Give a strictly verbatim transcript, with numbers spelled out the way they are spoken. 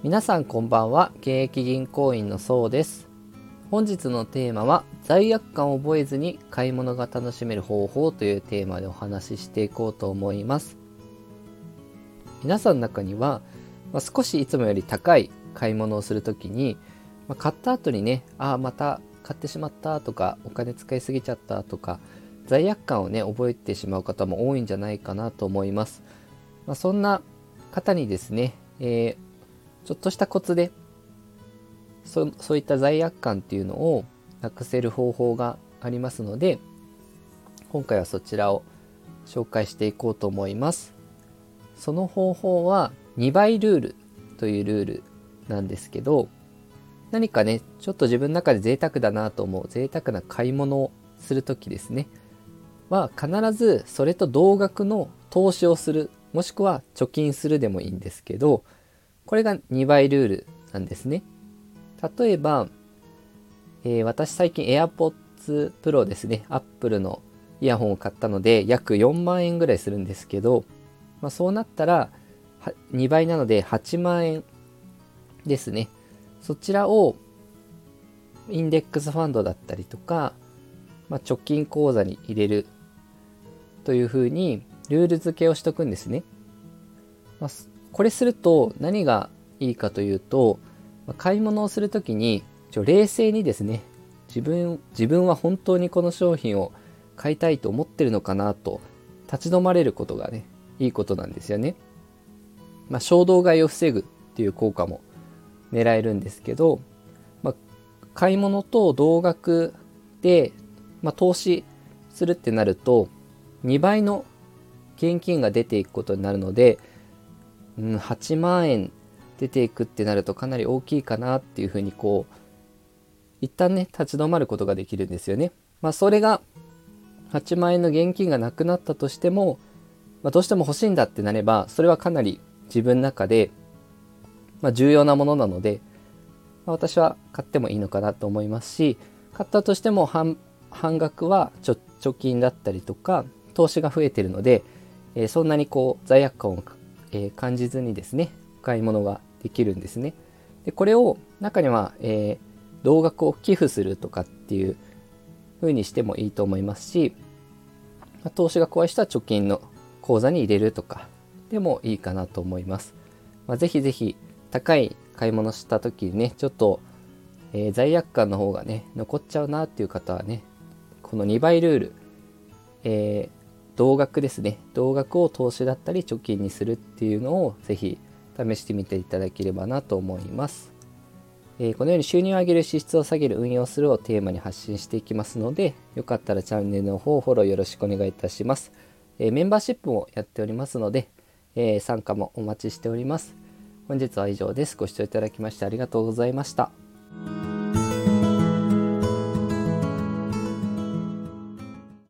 皆さんこんばんは。現役銀行員のそうです。本日のテーマは罪悪感を覚えずに買い物が楽しめる方法というテーマでお話ししていこうと思います。皆さんの中には、まあ、少しいつもより高い買い物をするときに、まあ、買った後にね、ああまた買ってしまったとか、お金使いすぎちゃったとか、罪悪感をね覚えてしまう方も多いんじゃないかなと思います。まあ、そんな方にですね、えー、ちょっとしたコツでそそういった罪悪感っていうのをなくせる方法がありますので、今回はそちらを紹介していこうと思います。その方法はにばいルールというルールなんですけど、何かねちょっと自分の中で贅沢だなと思う贅沢な買い物をするときですねは、必ずそれと同額の投資をする、もしくは貯金するでもいいんですけど、これがにばいルールなんですね。例えば、えー、私最近 AirPods Pro ですね、Apple のイヤホンを買ったので約よんまんえんぐらいするんですけど、まあ、そうなったらにばいなのではちまんえんですね。そちらをインデックスファンドだったりとか、まあ、貯金口座に入れるというふうにルール付けをしとくんですね。まあ、これすると何がいいかというと、買い物をするときにちょ冷静にですね、自分自分は本当にこの商品を買いたいと思ってるのかなと立ち止まれることがね、いいことなんですよね。まあ、衝動買いを防ぐっていう効果も狙えるんですけど、まあ、買い物と同額で、まあ、投資するってなるとにばいの現金が出ていくことになるので、うん、はちまんえん出ていくってなるとかなり大きいかなっていうふうにこう一旦ね立ち止まることができるんですよね。まあそれがはちまんえんの現金がなくなったとしても、まあ、どうしても欲しいんだってなれば、それはかなり自分の中で、まあ、重要なものなので、まあ、私は買ってもいいのかなと思いますし、買ったとしても 半, 半額はちょ貯金だったりとか投資が増えているので、えー、そんなにこう罪悪感を、えー、感じずにですね買い物ができるんですね。でこれを中には、えー、同額を寄付するとかっていう風にしてもいいと思いますし、投資が怖い人は貯金の口座に入れるとかでもいいかなと思います。まあ、ぜひぜひ高い買い物した時にねちょっと、えー、罪悪感の方がね残っちゃうなっていう方はね、このにばいルール、えー、同額ですね、同額を投資だったり貯金にするっていうのをぜひ試してみていただければなと思います。えー、このように収入を上げる、支出を下げる、運用するをテーマに発信していきますので、よかったらチャンネルの方フォローよろしくお願いいたします。えー、メンバーシップもやっておりますので、えー、参加もお待ちしております。本日は以上です。ご視聴いただきましてありがとうございました。